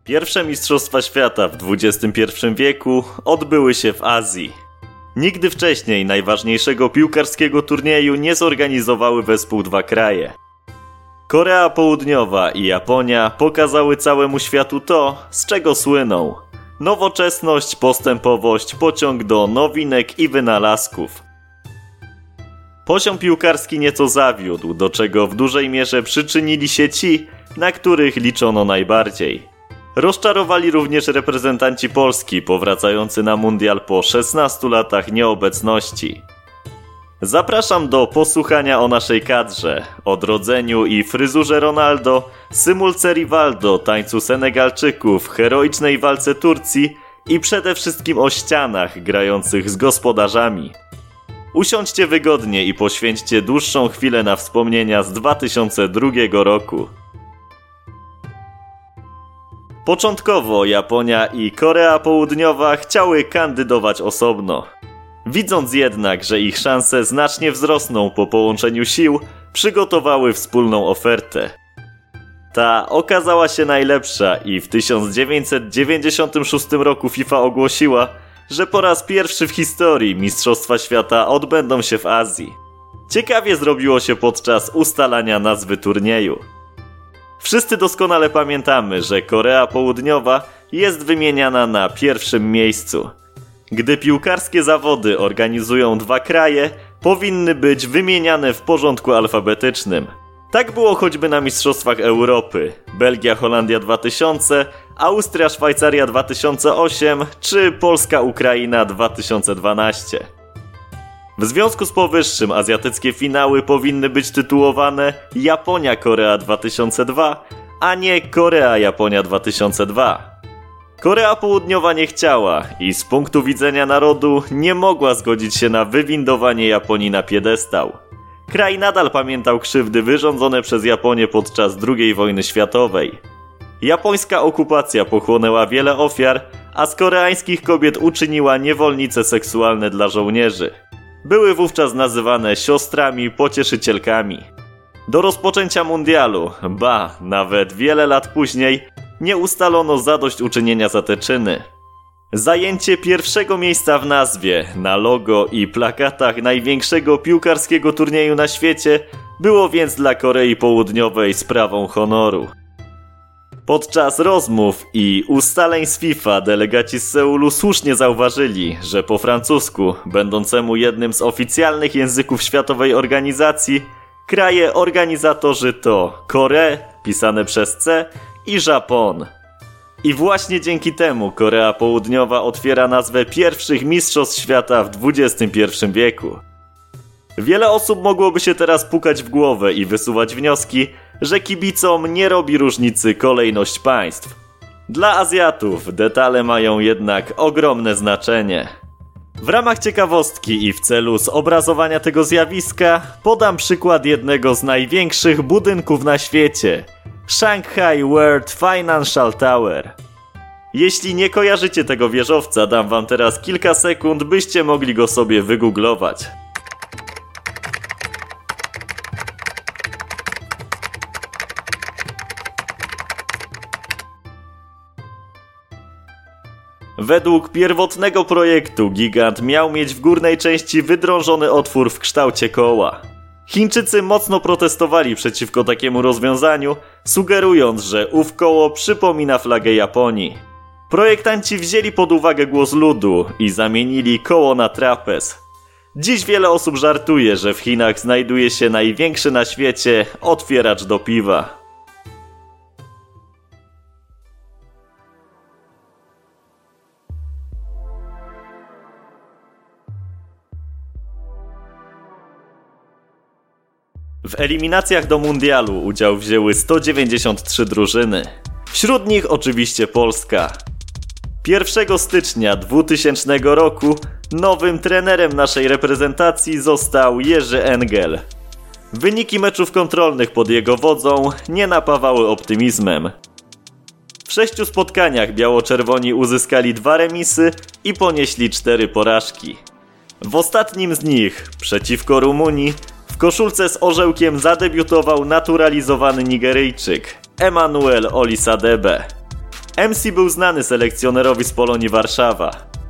Pierwsze Mistrzostwa Świata w XXI wieku odbyły się w Azji. Nigdy wcześniej najważniejszego piłkarskiego turnieju nie zorganizowały wespół dwa kraje. Korea Południowa i Japonia pokazały całemu światu to, z czego słyną. Nowoczesność, postępowość, pociąg do nowinek i wynalazków. Poziom piłkarski nieco zawiódł, do czego w dużej mierze przyczynili się ci, na których liczono najbardziej. Rozczarowali również reprezentanci Polski powracający na mundial po 16 latach nieobecności. Zapraszam do posłuchania o naszej kadrze, odrodzeniu i fryzurze Ronaldo, symulce Rivaldo, tańcu Senegalczyków, heroicznej walce Turcji i przede wszystkim o ścianach grających z gospodarzami. Usiądźcie wygodnie i poświęćcie dłuższą chwilę na wspomnienia z 2002 roku. Początkowo Japonia i Korea Południowa chciały kandydować osobno. Widząc jednak, że ich szanse znacznie wzrosną po połączeniu sił, przygotowały wspólną ofertę. Ta okazała się najlepsza i w 1996 roku FIFA ogłosiła, że po raz pierwszy w historii Mistrzostwa Świata odbędą się w Azji. Ciekawie zrobiło się podczas ustalania nazwy turnieju. Wszyscy doskonale pamiętamy, że Korea Południowa jest wymieniana na pierwszym miejscu. Gdy piłkarskie zawody organizują dwa kraje, powinny być wymieniane w porządku alfabetycznym. Tak było choćby na Mistrzostwach Europy, Belgia-Holandia 2000, Austria-Szwajcaria 2008 czy Polska-Ukraina 2012. W związku z powyższym azjatyckie finały powinny być tytułowane Japonia-Korea 2002, a nie Korea-Japonia 2002. Korea Południowa nie chciała i z punktu widzenia narodu nie mogła zgodzić się na wywindowanie Japonii na piedestał. Kraj nadal pamiętał krzywdy wyrządzone przez Japonię podczas II wojny światowej. Japońska okupacja pochłonęła wiele ofiar, a z koreańskich kobiet uczyniła niewolnice seksualne dla żołnierzy. Były wówczas nazywane siostrami pocieszycielkami. Do rozpoczęcia mundialu, nawet wiele lat później, nie ustalono zadośćuczynienia za te czyny. Zajęcie pierwszego miejsca w nazwie, na logo i plakatach największego piłkarskiego turnieju na świecie było więc dla Korei Południowej sprawą honoru. Podczas rozmów i ustaleń z FIFA delegaci z Seulu słusznie zauważyli, że po francusku, będącemu jednym z oficjalnych języków światowej organizacji, kraje organizatorzy to Kore, pisane przez C, i Japon. I właśnie dzięki temu Korea Południowa otwiera nazwę pierwszych mistrzostw świata w XXI wieku. Wiele osób mogłoby się teraz pukać w głowę i wysuwać wnioski, że kibicom nie robi różnicy kolejność państw. Dla Azjatów detale mają jednak ogromne znaczenie. W ramach ciekawostki i w celu zobrazowania tego zjawiska podam przykład jednego z największych budynków na świecie – Shanghai World Financial Tower. Jeśli nie kojarzycie tego wieżowca, dam wam teraz kilka sekund, byście mogli go sobie wygooglować. Według pierwotnego projektu gigant miał mieć w górnej części wydrążony otwór w kształcie koła. Chińczycy mocno protestowali przeciwko takiemu rozwiązaniu, sugerując, że ów koło przypomina flagę Japonii. Projektanci wzięli pod uwagę głos ludu i zamienili koło na trapez. Dziś wiele osób żartuje, że w Chinach znajduje się największy na świecie otwieracz do piwa. W eliminacjach do mundialu udział wzięły 193 drużyny. Wśród nich oczywiście Polska. 1 stycznia 2000 roku nowym trenerem naszej reprezentacji został Jerzy Engel. Wyniki meczów kontrolnych pod jego wodzą nie napawały optymizmem. W 6 spotkaniach biało-czerwoni uzyskali 2 remisy i ponieśli 4 porażki. W ostatnim z nich, przeciwko Rumunii, w koszulce z orzełkiem zadebiutował naturalizowany Nigeryjczyk Emmanuel Olisadebe. MC był znany selekcjonerowi z Polonii Warszawa.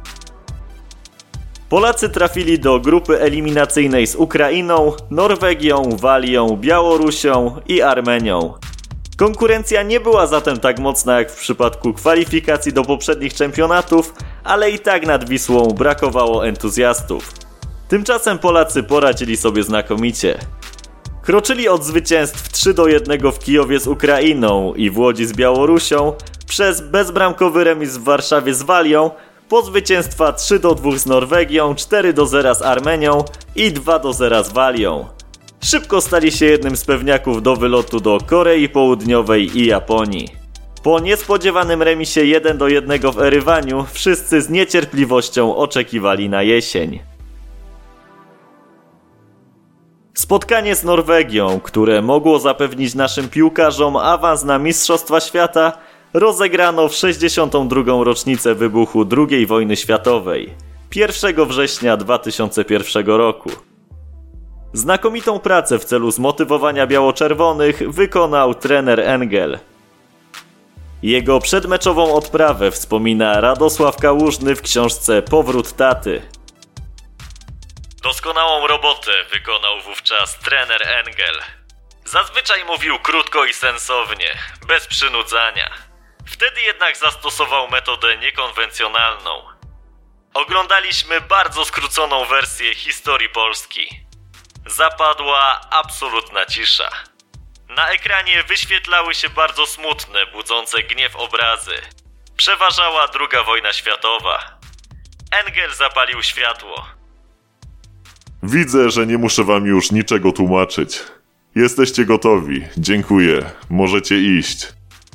Polacy trafili do grupy eliminacyjnej z Ukrainą, Norwegią, Walią, Białorusią i Armenią. Konkurencja nie była zatem tak mocna jak w przypadku kwalifikacji do poprzednich czempionatów, ale i tak nad Wisłą brakowało entuzjastów. Tymczasem Polacy poradzili sobie znakomicie. Kroczyli od zwycięstw 3-1 w Kijowie z Ukrainą i w Łodzi z Białorusią, przez bezbramkowy remis w Warszawie z Walią, po zwycięstwa 3-2 z Norwegią, 4-0 z Armenią i 2-0 z Walią. Szybko stali się jednym z pewniaków do wylotu do Korei Południowej i Japonii. Po niespodziewanym remisie 1-1 w Erywaniu wszyscy z niecierpliwością oczekiwali na jesień. Spotkanie z Norwegią, które mogło zapewnić naszym piłkarzom awans na Mistrzostwa Świata, rozegrano w 62. rocznicę wybuchu II wojny światowej, 1 września 2001 roku. Znakomitą pracę w celu zmotywowania biało-czerwonych wykonał trener Engel. Jego przedmeczową odprawę wspomina Radosław Kałużny w książce Powrót taty. Doskonałą robotę wykonał wówczas trener Engel. Zazwyczaj mówił krótko i sensownie, bez przynudzania. Wtedy jednak zastosował metodę niekonwencjonalną. Oglądaliśmy bardzo skróconą wersję historii Polski. Zapadła absolutna cisza. Na ekranie wyświetlały się bardzo smutne, budzące gniew obrazy. Przeważała II wojna światowa. Engel zapalił światło. Widzę, że nie muszę wam już niczego tłumaczyć. Jesteście gotowi. Dziękuję. Możecie iść.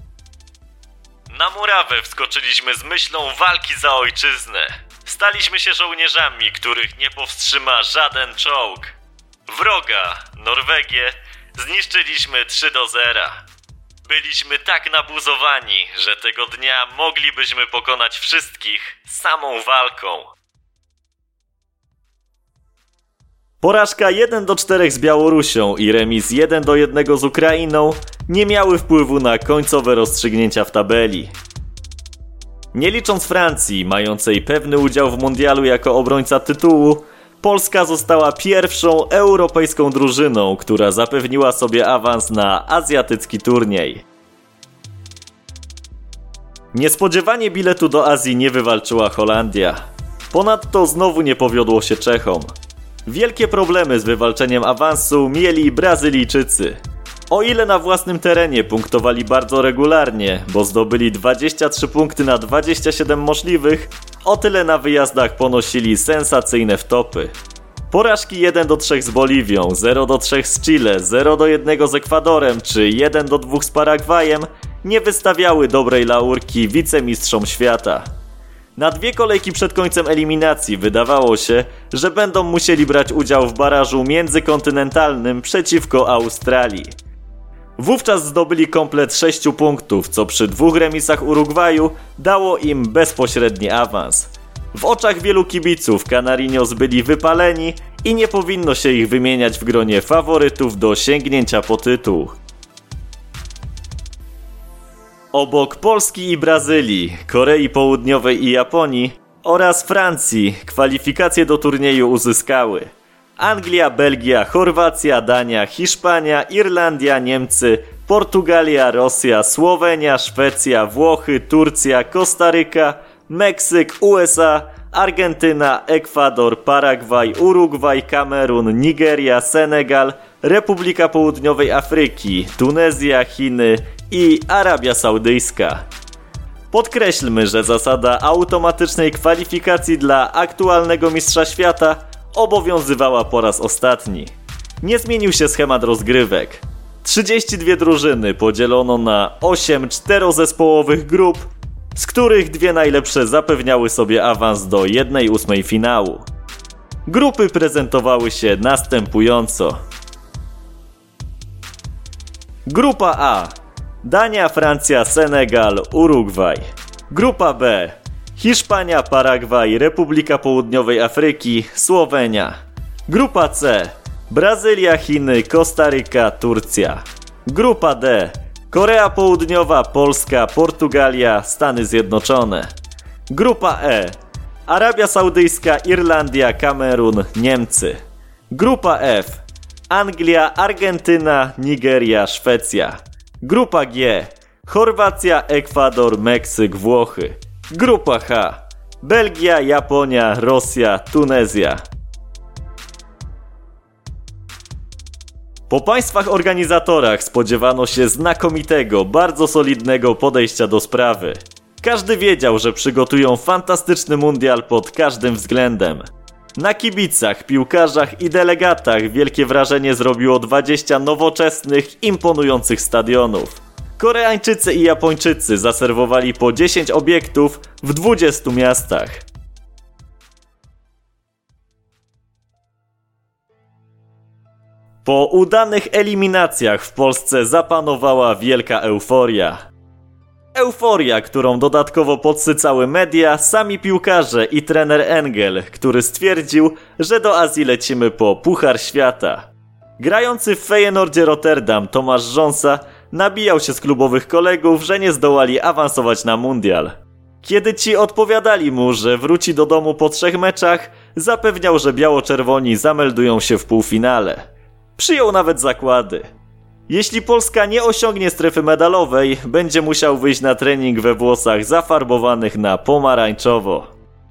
Na murawę wskoczyliśmy z myślą walki za ojczyznę. Staliśmy się żołnierzami, których nie powstrzyma żaden czołg. Wroga, Norwegię, zniszczyliśmy 3-0. Byliśmy tak nabuzowani, że tego dnia moglibyśmy pokonać wszystkich samą walką. Porażka 1-4 z Białorusią i remis 1-1 z Ukrainą nie miały wpływu na końcowe rozstrzygnięcia w tabeli. Nie licząc Francji, mającej pewny udział w mundialu jako obrońca tytułu, Polska została pierwszą europejską drużyną, która zapewniła sobie awans na azjatycki turniej. Niespodziewanie biletu do Azji nie wywalczyła Holandia. Ponadto znowu nie powiodło się Czechom. Wielkie problemy z wywalczeniem awansu mieli Brazylijczycy. O ile na własnym terenie punktowali bardzo regularnie, bo zdobyli 23 punkty na 27 możliwych, o tyle na wyjazdach ponosili sensacyjne wtopy. Porażki 1-3 z Boliwią, 0-3 z Chile, 0-1 z Ekwadorem czy 1-2 z Paragwajem nie wystawiały dobrej laurki wicemistrzom świata. Na 2 kolejki przed końcem eliminacji wydawało się, że będą musieli brać udział w barażu międzykontynentalnym przeciwko Australii. Wówczas zdobyli komplet 6 punktów, co przy 2 remisach Urugwaju dało im bezpośredni awans. W oczach wielu kibiców Canarinos byli wypaleni i nie powinno się ich wymieniać w gronie faworytów do sięgnięcia po tytuł. Obok Polski i Brazylii, Korei Południowej i Japonii oraz Francji kwalifikacje do turnieju uzyskały Anglia, Belgia, Chorwacja, Dania, Hiszpania, Irlandia, Niemcy, Portugalia, Rosja, Słowenia, Szwecja, Włochy, Turcja, Kostaryka, Meksyk, USA, Argentyna, Ekwador, Paragwaj, Urugwaj, Kamerun, Nigeria, Senegal, Republika Południowej Afryki, Tunezja, Chiny i Arabia Saudyjska. Podkreślmy, że zasada automatycznej kwalifikacji dla aktualnego mistrza świata obowiązywała po raz ostatni. Nie zmienił się schemat rozgrywek. 32 drużyny podzielono na 8 czterozespołowych grup, z których 2 najlepsze zapewniały sobie awans do 1/8 finału. Grupy prezentowały się następująco. Grupa A: Dania, Francja, Senegal, Urugwaj. Grupa B: Hiszpania, Paragwaj, Republika Południowej Afryki, Słowenia. Grupa C: Brazylia, Chiny, Kostaryka, Turcja. Grupa D: Korea Południowa, Polska, Portugalia, Stany Zjednoczone. Grupa E. Arabia Saudyjska, Irlandia, Kamerun, Niemcy. Grupa F. Anglia, Argentyna, Nigeria, Szwecja. Grupa G. Chorwacja, Ekwador, Meksyk, Włochy. Grupa H. Belgia, Japonia, Rosja, Tunezja. Po państwach organizatorach spodziewano się znakomitego, bardzo solidnego podejścia do sprawy. Każdy wiedział, że przygotują fantastyczny mundial pod każdym względem. Na kibicach, piłkarzach i delegatach wielkie wrażenie zrobiło 20 nowoczesnych, imponujących stadionów. Koreańczycy i Japończycy zaserwowali po 10 obiektów w 20 miastach. Po udanych eliminacjach w Polsce zapanowała wielka euforia. Euforia, którą dodatkowo podsycały media, sami piłkarze i trener Engel, który stwierdził, że do Azji lecimy po Puchar Świata. Grający w Feyenoordzie Rotterdam Tomasz Rząsa nabijał się z klubowych kolegów, że nie zdołali awansować na mundial. Kiedy ci odpowiadali mu, że wróci do domu po 3 meczach, zapewniał, że biało-czerwoni zameldują się w półfinale. Przyjął nawet zakłady. Jeśli Polska nie osiągnie strefy medalowej, będzie musiał wyjść na trening we włosach zafarbowanych na pomarańczowo.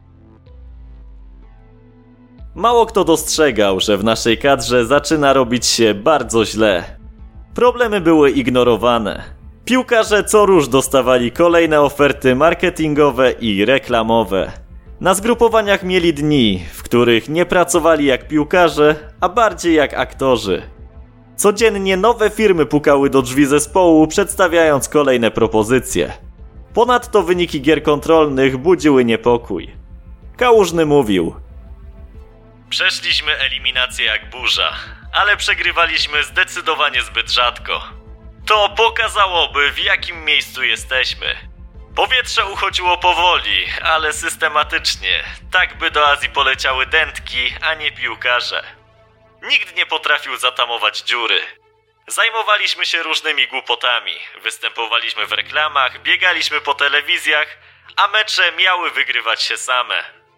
Mało kto dostrzegał, że w naszej kadrze zaczyna robić się bardzo źle. Problemy były ignorowane. Piłkarze co róż dostawali kolejne oferty marketingowe i reklamowe. Na zgrupowaniach mieli dni, w których nie pracowali jak piłkarze, a bardziej jak aktorzy. Codziennie nowe firmy pukały do drzwi zespołu, przedstawiając kolejne propozycje. Ponadto wyniki gier kontrolnych budziły niepokój. Kałużny mówił: przeszliśmy eliminację jak burza, ale przegrywaliśmy zdecydowanie zbyt rzadko. To pokazałoby, w jakim miejscu jesteśmy. Powietrze uchodziło powoli, ale systematycznie, tak by do Azji poleciały dętki, a nie piłkarze. Nikt nie potrafił zatamować dziury. Zajmowaliśmy się różnymi głupotami, występowaliśmy w reklamach, biegaliśmy po telewizjach, a mecze miały wygrywać się same.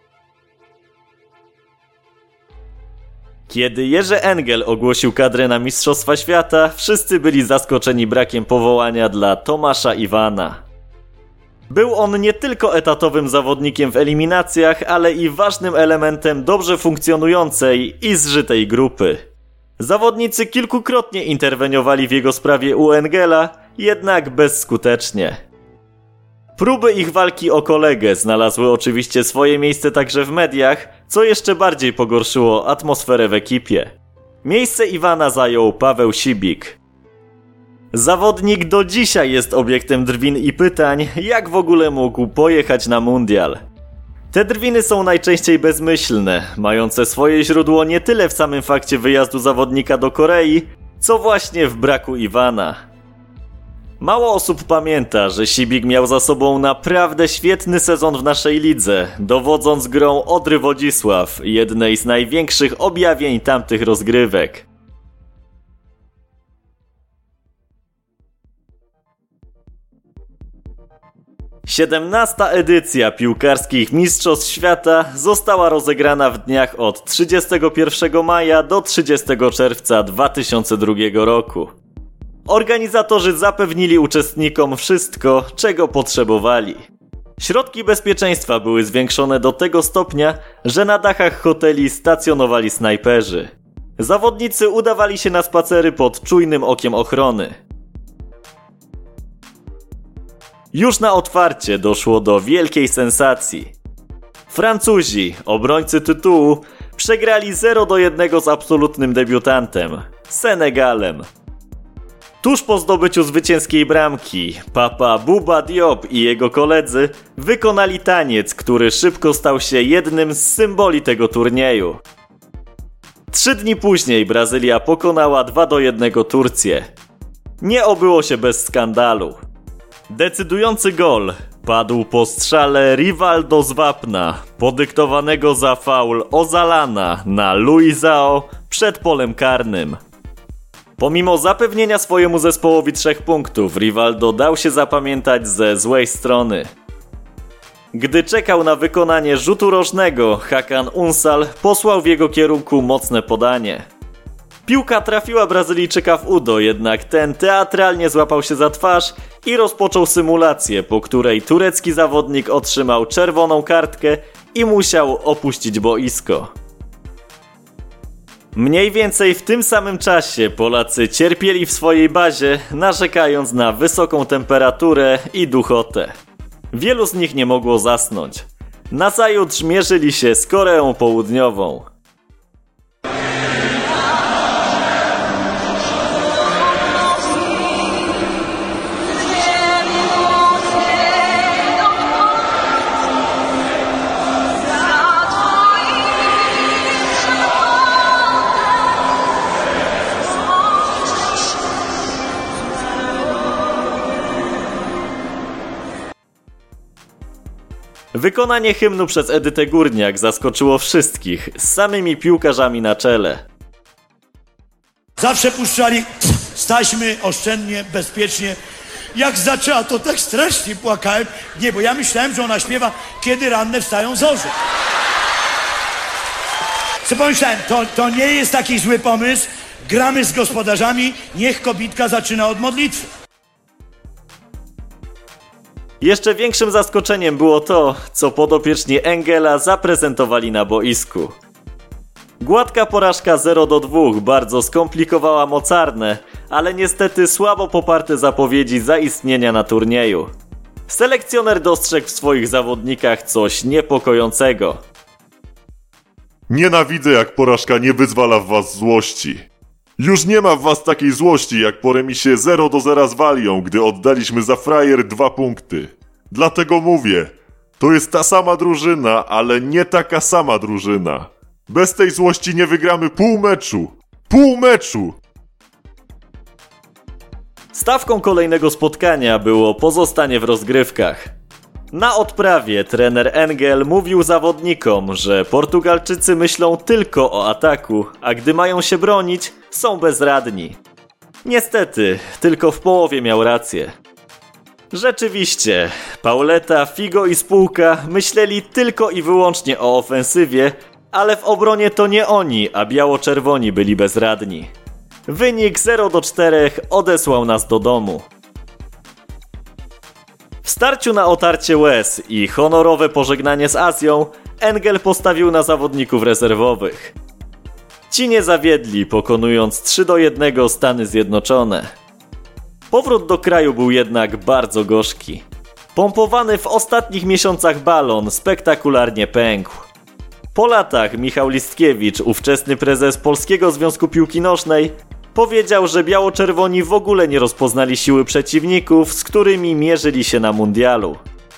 Kiedy Jerzy Engel ogłosił kadrę na Mistrzostwa Świata, wszyscy byli zaskoczeni brakiem powołania dla Tomasza Iwana. Był on nie tylko etatowym zawodnikiem w eliminacjach, ale i ważnym elementem dobrze funkcjonującej i zżytej grupy. Zawodnicy kilkukrotnie interweniowali w jego sprawie u Engela, jednak bezskutecznie. Próby ich walki o kolegę znalazły oczywiście swoje miejsce także w mediach, co jeszcze bardziej pogorszyło atmosferę w ekipie. Miejsce Iwana zajął Paweł Sibik. Zawodnik do dzisiaj jest obiektem drwin i pytań, jak w ogóle mógł pojechać na mundial. Te drwiny są najczęściej bezmyślne, mające swoje źródło nie tyle w samym fakcie wyjazdu zawodnika do Korei, co właśnie w braku Iwana. Mało osób pamięta, że Sibik miał za sobą naprawdę świetny sezon w naszej lidze, dowodząc grą Odry Wodzisław, jednej z największych objawień tamtych rozgrywek. XVII edycja piłkarskich Mistrzostw Świata została rozegrana w dniach od 31 maja do 30 czerwca 2002 roku. Organizatorzy zapewnili uczestnikom wszystko, czego potrzebowali. Środki bezpieczeństwa były zwiększone do tego stopnia, że na dachach hoteli stacjonowali snajperzy. Zawodnicy udawali się na spacery pod czujnym okiem ochrony. Już na otwarcie doszło do wielkiej sensacji. Francuzi, obrońcy tytułu, przegrali 0-1 z absolutnym debiutantem, Senegalem. Tuż po zdobyciu zwycięskiej bramki, Papa Bouba Diop i jego koledzy wykonali taniec, który szybko stał się jednym z symboli tego turnieju. 3 dni później Brazylia pokonała 2-1 Turcję. Nie obyło się bez skandalu. Decydujący gol padł po strzale Rivaldo z wapna, podyktowanego za faul Ozalana na Luizao przed polem karnym. Pomimo zapewnienia swojemu zespołowi 3 punktów, Rivaldo dał się zapamiętać ze złej strony. Gdy czekał na wykonanie rzutu rożnego, Hakan Unsal posłał w jego kierunku mocne podanie. Piłka trafiła Brazylijczyka w udo, jednak ten teatralnie złapał się za twarz i rozpoczął symulację, po której turecki zawodnik otrzymał czerwoną kartkę i musiał opuścić boisko. Mniej więcej w tym samym czasie Polacy cierpieli w swojej bazie, narzekając na wysoką temperaturę i duchotę. Wielu z nich nie mogło zasnąć. Nazajutrz mierzyli się z Koreą Południową. Wykonanie hymnu przez Edytę Górniak zaskoczyło wszystkich, z samymi piłkarzami na czele. Zawsze puszczali staśmy oszczędnie, bezpiecznie. Jak zaczęła, to tak strasznie płakałem. Nie, bo ja myślałem, że ona śpiewa Kiedy ranne wstają zorze. Co pomyślałem, to nie jest taki zły pomysł. Gramy z gospodarzami, niech kobitka zaczyna od modlitwy. Jeszcze większym zaskoczeniem było to, co podopieczni Engela zaprezentowali na boisku. Gładka porażka 0-2 bardzo skomplikowała mocarne, ale niestety słabo poparte zapowiedzi zaistnienia na turnieju. Selekcjoner dostrzegł w swoich zawodnikach coś niepokojącego. Nienawidzę, jak porażka nie wyzwala w was złości. Już nie ma w was takiej złości, jak po remisie 0-0 z Walią, gdy oddaliśmy za frajer 2 punkty. Dlatego mówię, to jest ta sama drużyna, ale nie taka sama drużyna. Bez tej złości nie wygramy pół meczu. Pół meczu! Stawką kolejnego spotkania było pozostanie w rozgrywkach. Na odprawie trener Engel mówił zawodnikom, że Portugalczycy myślą tylko o ataku, a gdy mają się bronić, są bezradni. Niestety, tylko w połowie miał rację. Rzeczywiście, Pauleta, Figo i spółka myśleli tylko i wyłącznie o ofensywie, ale w obronie to nie oni, a biało-czerwoni byli bezradni. Wynik 0-4 odesłał nas do domu. W starciu na otarcie łez i honorowe pożegnanie z Azją, Engel postawił na zawodników rezerwowych. Ci nie zawiedli, pokonując 3-1 Stany Zjednoczone. Powrót do kraju był jednak bardzo gorzki. Pompowany w ostatnich miesiącach balon spektakularnie pękł. Po latach Michał Listkiewicz, ówczesny prezes Polskiego Związku Piłki Nożnej, powiedział, że biało-czerwoni w ogóle nie rozpoznali siły przeciwników, z którymi mierzyli się na mundialu.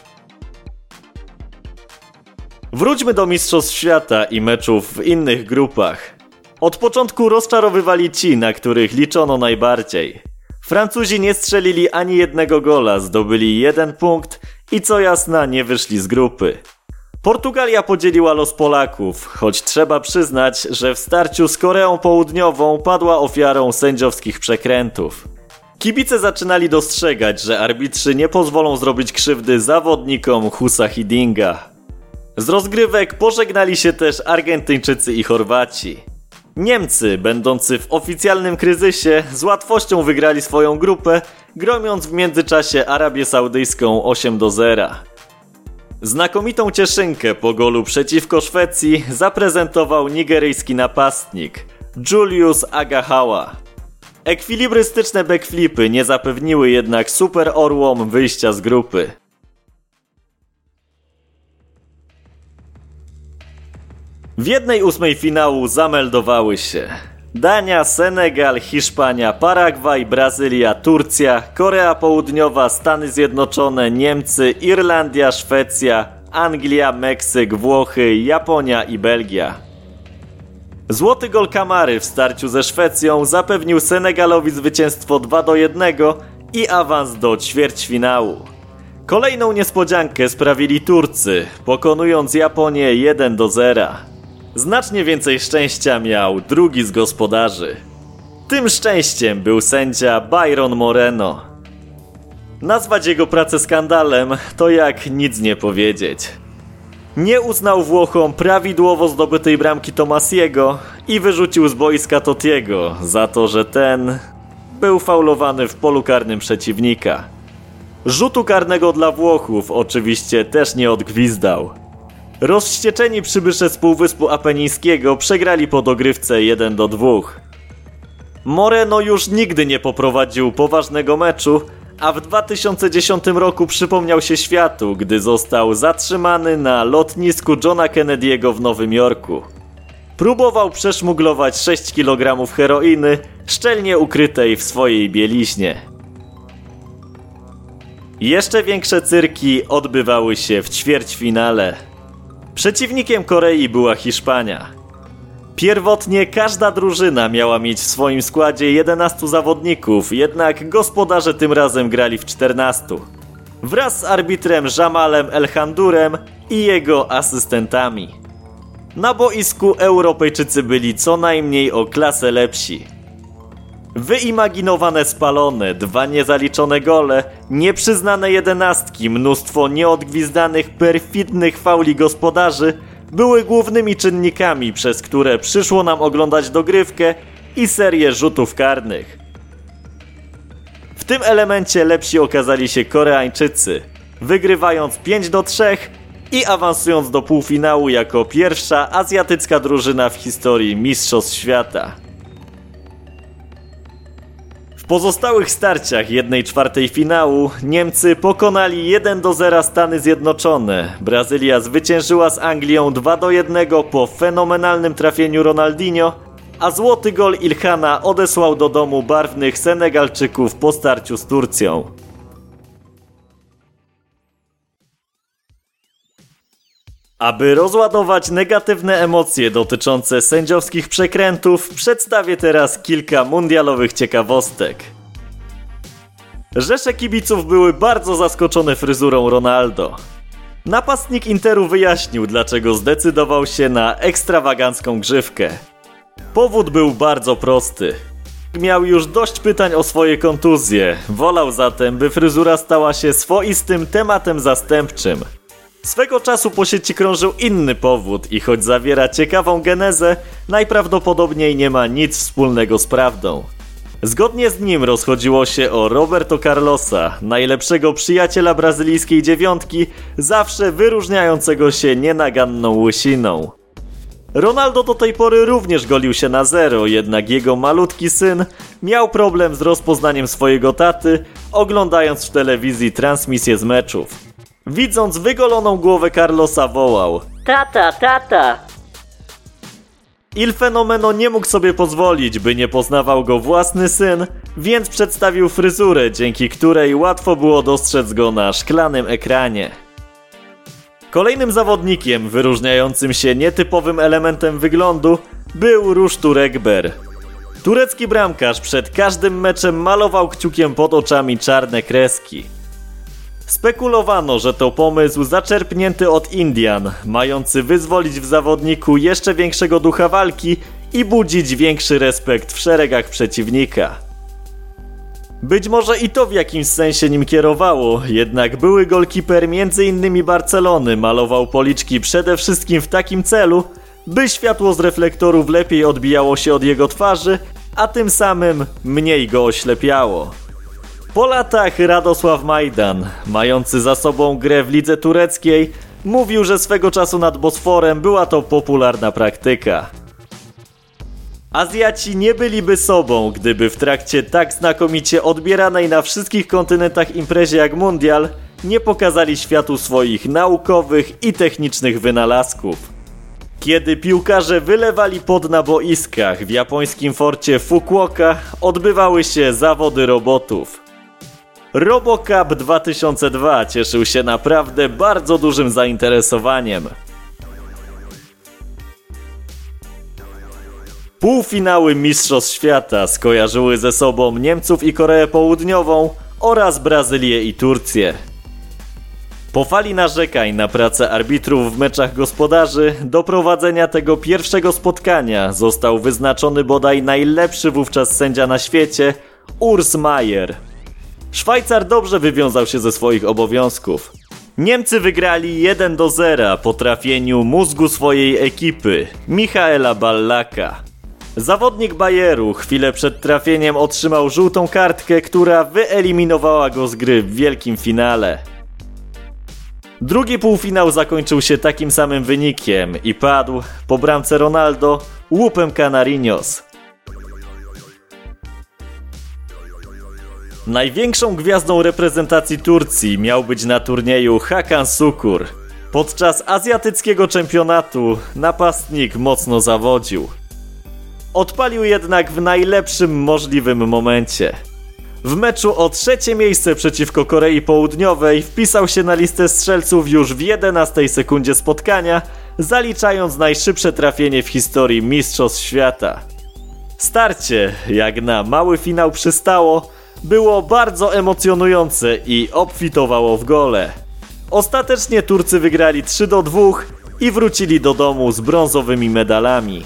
Wróćmy do Mistrzostw Świata i meczów w innych grupach. Od początku rozczarowywali ci, na których liczono najbardziej. Francuzi nie strzelili ani jednego gola, zdobyli 1 punkt i co jasna nie wyszli z grupy. Portugalia podzieliła los Polaków, choć trzeba przyznać, że w starciu z Koreą Południową padła ofiarą sędziowskich przekrętów. Kibice zaczynali dostrzegać, że arbitrzy nie pozwolą zrobić krzywdy zawodnikom Husa Hidinga. Z rozgrywek pożegnali się też Argentyńczycy i Chorwaci. Niemcy, będący w oficjalnym kryzysie, z łatwością wygrali swoją grupę, gromiąc w międzyczasie Arabię Saudyjską 8-0. Znakomitą cieszynkę po golu przeciwko Szwecji zaprezentował nigeryjski napastnik Julius Agahała. Ekwilibrystyczne backflipy nie zapewniły jednak Super Orłom wyjścia z grupy. W 1/8 finału zameldowały się Dania, Senegal, Hiszpania, Paragwaj, Brazylia, Turcja, Korea Południowa, Stany Zjednoczone, Niemcy, Irlandia, Szwecja, Anglia, Meksyk, Włochy, Japonia i Belgia. Złoty gol Kamary w starciu ze Szwecją zapewnił Senegalowi zwycięstwo 2-1 i awans do ćwierćfinału. Kolejną niespodziankę sprawili Turcy, pokonując Japonię 1-0. Znacznie więcej szczęścia miał drugi z gospodarzy. Tym szczęściem był sędzia Byron Moreno. Nazwać jego pracę skandalem to jak nic nie powiedzieć. Nie uznał Włochom prawidłowo zdobytej bramki Tomasiego i wyrzucił z boiska Tottiego za to, że ten był faulowany w polu karnym przeciwnika. Rzutu karnego dla Włochów oczywiście też nie odgwizdał. Rozwścieczeni przybysze z Półwyspu Apenińskiego przegrali po dogrywce 1-2. Moreno już nigdy nie poprowadził poważnego meczu, a w 2010 roku przypomniał się światu, gdy został zatrzymany na lotnisku Johna Kennedy'ego w Nowym Jorku. Próbował przeszmuglować 6 kg heroiny, szczelnie ukrytej w swojej bieliźnie. Jeszcze większe cyrki odbywały się w ćwierćfinale. Przeciwnikiem Korei była Hiszpania. Pierwotnie każda drużyna miała mieć w swoim składzie 11 zawodników, jednak gospodarze tym razem grali w 14. Wraz z arbitrem Jamalem El-Handurem i jego asystentami. Na boisku Europejczycy byli co najmniej o klasę lepsi. Wyimaginowane spalone, 2 niezaliczone gole, nieprzyznane 11, mnóstwo nieodgwizdanych, perfidnych fauli gospodarzy były głównymi czynnikami, przez które przyszło nam oglądać dogrywkę i serię rzutów karnych. W tym elemencie lepsi okazali się Koreańczycy, wygrywając 5-3 i awansując do półfinału jako pierwsza azjatycka drużyna w historii Mistrzostw Świata. W pozostałych starciach 1/4 finału Niemcy pokonali 1-0 Stany Zjednoczone. Brazylia zwyciężyła z Anglią 2-1 po fenomenalnym trafieniu Ronaldinho, a złoty gol Ilhana odesłał do domu barwnych Senegalczyków po starciu z Turcją. Aby rozładować negatywne emocje dotyczące sędziowskich przekrętów, przedstawię teraz kilka mundialowych ciekawostek. Rzesze kibiców były bardzo zaskoczone fryzurą Ronaldo. Napastnik Interu wyjaśnił, dlaczego zdecydował się na ekstrawagancką grzywkę. Powód był bardzo prosty. Miał już dość pytań o swoje kontuzje, wolał zatem, by fryzura stała się swoistym tematem zastępczym. Swego czasu po sieci krążył inny powód i choć zawiera ciekawą genezę, najprawdopodobniej nie ma nic wspólnego z prawdą. Zgodnie z nim rozchodziło się o Roberto Carlosa, najlepszego przyjaciela brazylijskiej dziewiątki, zawsze wyróżniającego się nienaganną łysiną. Ronaldo do tej pory również golił się na zero, jednak jego malutki syn miał problem z rozpoznaniem swojego taty, oglądając w telewizji transmisję z meczów. Widząc wygoloną głowę Carlosa wołał: "Tata, tata!" Il Fenomeno nie mógł sobie pozwolić, by nie poznawał go własny syn, więc przedstawił fryzurę, dzięki której łatwo było dostrzec go na szklanym ekranie. Kolejnym zawodnikiem wyróżniającym się nietypowym elementem wyglądu był Rushtu Rekber. Turecki bramkarz przed każdym meczem malował kciukiem pod oczami czarne kreski. Spekulowano, że to pomysł zaczerpnięty od Indian, mający wyzwolić w zawodniku jeszcze większego ducha walki i budzić większy respekt w szeregach przeciwnika. Być może i to w jakimś sensie nim kierowało, jednak były golkiper m.in. Barcelony malował policzki przede wszystkim w takim celu, by światło z reflektorów lepiej odbijało się od jego twarzy, a tym samym mniej go oślepiało. Po latach Radosław Majdan, mający za sobą grę w lidze tureckiej, mówił, że swego czasu nad Bosforem była to popularna praktyka. Azjaci nie byliby sobą, gdyby w trakcie tak znakomicie odbieranej na wszystkich kontynentach imprezie jak mundial nie pokazali światu swoich naukowych i technicznych wynalazków. Kiedy piłkarze wylewali pot na boiskach w japońskim forcie Fukuoka, odbywały się zawody robotów. RoboCup 2002 cieszył się naprawdę bardzo dużym zainteresowaniem. Półfinały Mistrzostw Świata skojarzyły ze sobą Niemców i Koreę Południową oraz Brazylię i Turcję. Po fali narzekań na pracę arbitrów w meczach gospodarzy, do prowadzenia tego pierwszego spotkania został wyznaczony bodaj najlepszy wówczas sędzia na świecie, Urs Meier. Szwajcar dobrze wywiązał się ze swoich obowiązków. Niemcy wygrali 1-0 po trafieniu mózgu swojej ekipy, Michaela Ballaka. Zawodnik Bayeru chwilę przed trafieniem otrzymał żółtą kartkę, która wyeliminowała go z gry w wielkim finale. Drugi półfinał zakończył się takim samym wynikiem i padł po bramce Ronaldo łupem Canarinhos. Największą gwiazdą reprezentacji Turcji miał być na turnieju Hakan Şükür. Podczas azjatyckiego czempionatu napastnik mocno zawodził. Odpalił jednak w najlepszym możliwym momencie. W meczu o 3. miejsce przeciwko Korei Południowej wpisał się na listę strzelców już w 11 sekundzie spotkania, zaliczając najszybsze trafienie w historii Mistrzostw Świata. Starcie, jak na mały finał przystało, było bardzo emocjonujące i obfitowało w gole. Ostatecznie Turcy wygrali 3-2 i wrócili do domu z brązowymi medalami.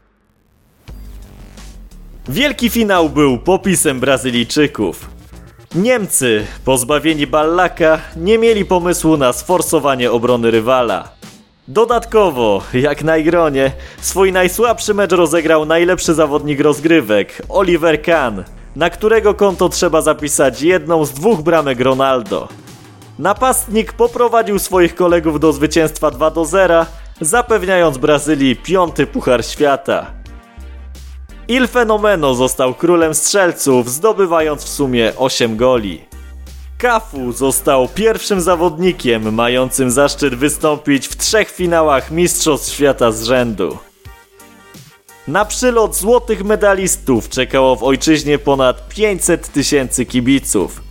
Wielki finał był popisem Brazylijczyków. Niemcy, pozbawieni Ballaka, nie mieli pomysłu na sforsowanie obrony rywala. Dodatkowo, jak na ironie, swój najsłabszy mecz rozegrał najlepszy zawodnik rozgrywek, Oliver Kahn, na którego konto trzeba zapisać jedną z 2 bramek Ronaldo. Napastnik poprowadził swoich kolegów do zwycięstwa 2-0, zapewniając Brazylii 5. Puchar Świata. Il Fenomeno został królem strzelców, zdobywając w sumie 8 goli. Cafu został pierwszym zawodnikiem mającym zaszczyt wystąpić w 3 finałach Mistrzostw Świata z rzędu. Na przylot złotych medalistów czekało w ojczyźnie ponad 500 000 kibiców.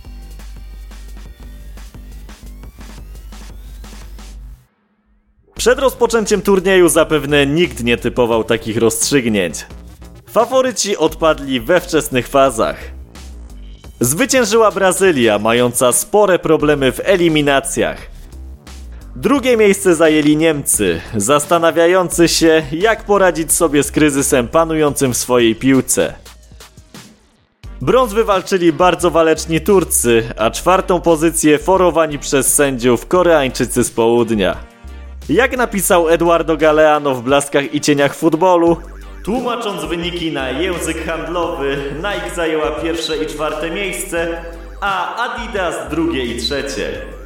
Przed rozpoczęciem turnieju zapewne nikt nie typował takich rozstrzygnięć. Faworyci odpadli we wczesnych fazach. Zwyciężyła Brazylia, mająca spore problemy w eliminacjach. Drugie miejsce zajęli Niemcy, zastanawiający się, jak poradzić sobie z kryzysem panującym w swojej piłce. Brąz wywalczyli bardzo waleczni Turcy, a 4. pozycję forowani przez sędziów Koreańczycy z południa. Jak napisał Eduardo Galeano w Blaskach i cieniach futbolu, tłumacząc wyniki na język handlowy, Nike zajęła 1. i 4. miejsce, a Adidas 2. i 3.